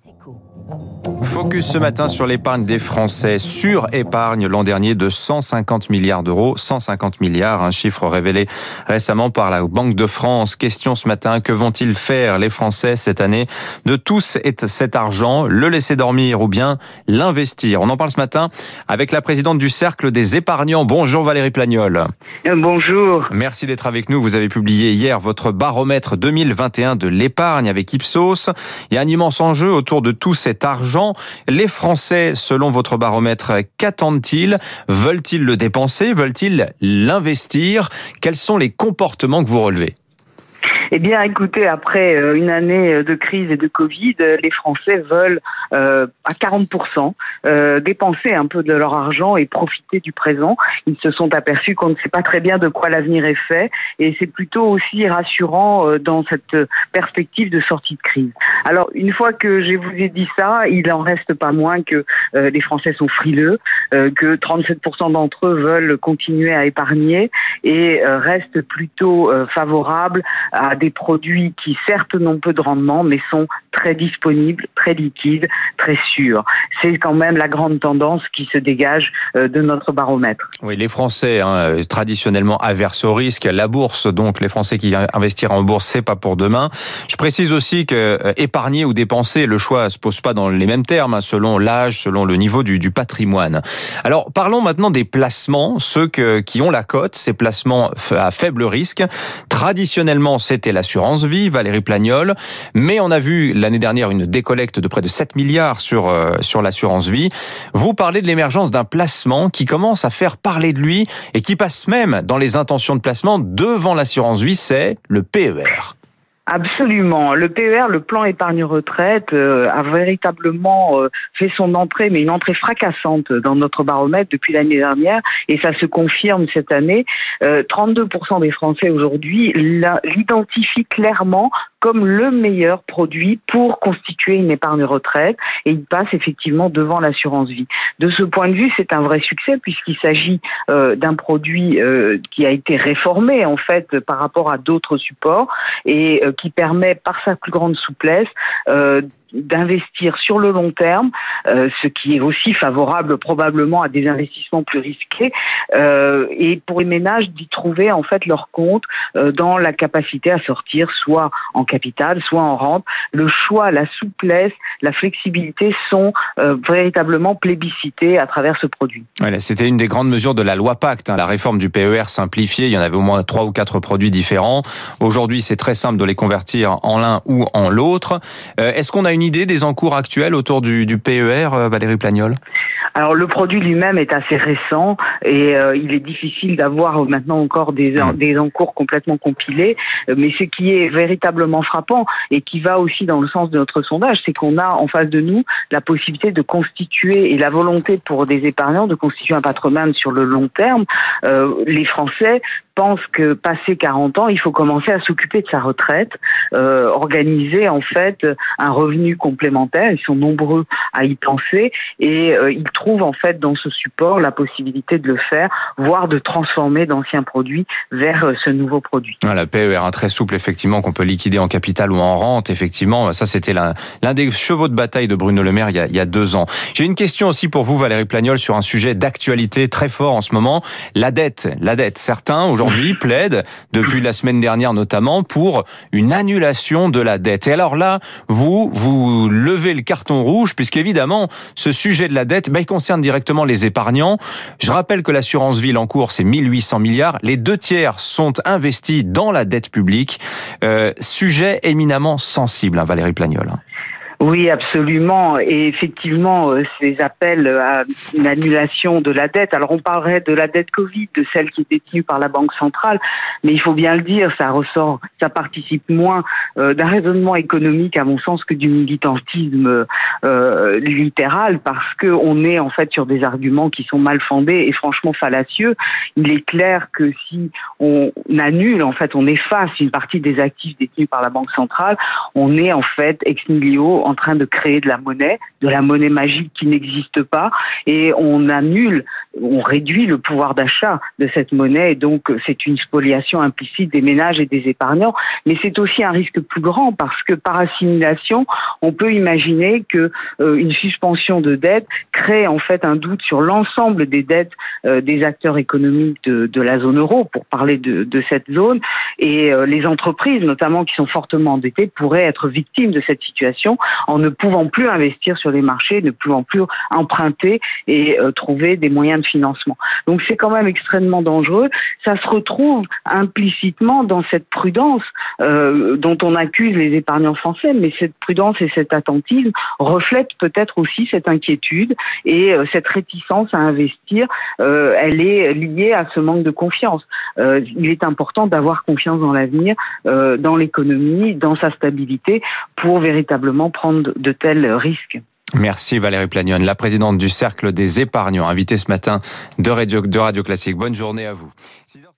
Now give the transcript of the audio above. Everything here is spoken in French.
Focus ce matin sur l'épargne des Français. Sur-épargne l'an dernier de 150 milliards d'euros. 150 milliards, un chiffre révélé récemment par la Banque de France. Question ce matin, que vont-ils faire les Français cette année de tout cet argent? Le laisser dormir ou bien l'investir? On en parle ce matin avec la présidente du Cercle des épargnants. Bonjour Valérie Plagnol. Bonjour. Merci d'être avec nous. Vous avez publié hier votre baromètre 2021 de l'épargne avec Ipsos. Il y a un immense enjeu autour de tout cet argent. Les Français, selon votre baromètre, qu'attendent-ils? Veulent-ils le dépenser? Veulent-ils l'investir? Quels sont les comportements que vous relevez? Eh bien, écoutez, après une année de crise et de Covid, les Français veulent à 40% dépenser un peu de leur argent et profiter du présent. Ils se sont aperçus qu'on ne sait pas très bien de quoi l'avenir est fait et c'est plutôt aussi rassurant dans cette perspective de sortie de crise. Alors, une fois que je vous ai dit ça, il en reste pas moins que les Français sont frileux, que 37% d'entre eux veulent continuer à épargner et restent plutôt favorables à des produits qui certes n'ont peu de rendement mais sont très disponibles, très liquides, très sûrs. C'est quand même la grande tendance qui se dégage de notre baromètre. Oui, les Français traditionnellement averses au risque, la bourse, donc les Français qui investissent en bourse, c'est pas pour demain. Je précise aussi que épargner ou dépenser, le choix se pose pas dans les mêmes termes, selon l'âge, selon le niveau du patrimoine. Alors parlons maintenant des placements, ceux qui ont la cote, ces placements à faible risque. Traditionnellement, c'était l'assurance vie, Valérie Plagnol, mais on a vu l'année dernière une décollecte de près de 7 milliards sur l'assurance vie. Vous parlez de l'émergence d'un placement qui commence à faire parler de lui et qui passe même dans les intentions de placement devant l'assurance vie, c'est le PER. Absolument. Le PER, le plan épargne retraite, a véritablement fait son entrée, mais une entrée fracassante dans notre baromètre depuis l'année dernière, et ça se confirme cette année. 32% des Français aujourd'hui l'identifient clairement comme le meilleur produit pour constituer une épargne retraite, et il passe effectivement devant l'assurance vie. De ce point de vue, c'est un vrai succès puisqu'il s'agit d'un produit qui a été réformé en fait par rapport à d'autres supports et qui permet par sa plus grande souplesse d'investir sur le long terme, ce qui est aussi favorable probablement à des investissements plus risqués, et pour les ménages d'y trouver en fait leur compte dans la capacité à sortir soit en capital, soit en rente. Le choix, la souplesse, la flexibilité sont véritablement plébiscités à travers ce produit. Voilà, c'était une des grandes mesures de la loi Pacte, la réforme du PER simplifiée. Il y en avait au moins 3 ou 4 produits différents. Aujourd'hui, c'est très simple de les convertir en l'un ou en l'autre. Est-ce qu'on a une idée des encours actuels autour du PER, Valérie Plagnol? Alors le produit lui-même est assez récent et il est difficile d'avoir maintenant encore des encours complètement compilés, mais ce qui est véritablement frappant et qui va aussi dans le sens de notre sondage, c'est qu'on a en face de nous la possibilité de constituer et la volonté pour des épargnants de constituer un patrimoine sur le long terme. Les Français pensent que passé 40 ans, il faut commencer à s'occuper de sa retraite, organiser en fait un revenu complémentaire. Ils sont nombreux à y penser et ils trouvent en fait dans ce support la possibilité de le faire, voire de transformer d'anciens produits vers ce nouveau produit. La PER, très souple effectivement, qu'on peut liquider en capital ou en rente. Effectivement, ça c'était l'un des chevaux de bataille de Bruno Le Maire il y a 2 ans. J'ai une question aussi pour vous, Valérie Plagnol, sur un sujet d'actualité très fort en ce moment, la dette. Certains aujourd'hui plaident, depuis la semaine dernière notamment, pour une annulation de la dette. Et alors là, vous levez le carton rouge, puisqu'évidemment, ce sujet de la dette, il concerne directement les épargnants. Je rappelle que l'assurance vie en cours, c'est 1800 milliards. Les 2/3 sont investis dans la dette publique. Sujet éminemment sensible, Valérie Plagnol. Oui, absolument. Et effectivement, ces appels à une annulation de la dette, alors on parlerait de la dette Covid, de celle qui est détenue par la Banque centrale, mais il faut bien le dire, ça participe moins d'un raisonnement économique, à mon sens, que du militantisme littérale, parce que on est en fait sur des arguments qui sont mal fondés et franchement fallacieux. Il est clair que si on annule, en fait, on efface une partie des actifs détenus par la Banque centrale, on est en fait ex nihilo en train de créer de la monnaie magique qui n'existe pas, et on annule, on réduit le pouvoir d'achat de cette monnaie, et donc c'est une spoliation implicite des ménages et des épargnants. Mais c'est aussi un risque plus grand, parce que par assimilation, on peut imaginer que une suspension de dette crée en fait un doute sur l'ensemble des dettes des acteurs économiques de la zone euro, pour parler de cette zone, et les entreprises notamment qui sont fortement endettées pourraient être victimes de cette situation en ne pouvant plus investir sur les marchés, ne pouvant plus emprunter et trouver des moyens de financement. Donc c'est quand même extrêmement dangereux. Ça se retrouve implicitement dans cette prudence dont on accuse les épargnants français, mais cette prudence et cet attentisme reflètent peut-être aussi cette inquiétude et cette réticence à investir. Elle est liée à ce manque de confiance. Il est important d'avoir confiance dans l'avenir, dans l'économie, dans sa stabilité, pour véritablement prendre de tels risques. Merci Valérie Plagnone, la présidente du Cercle des épargnants, invitée ce matin de Radio Classique. Bonne journée à vous.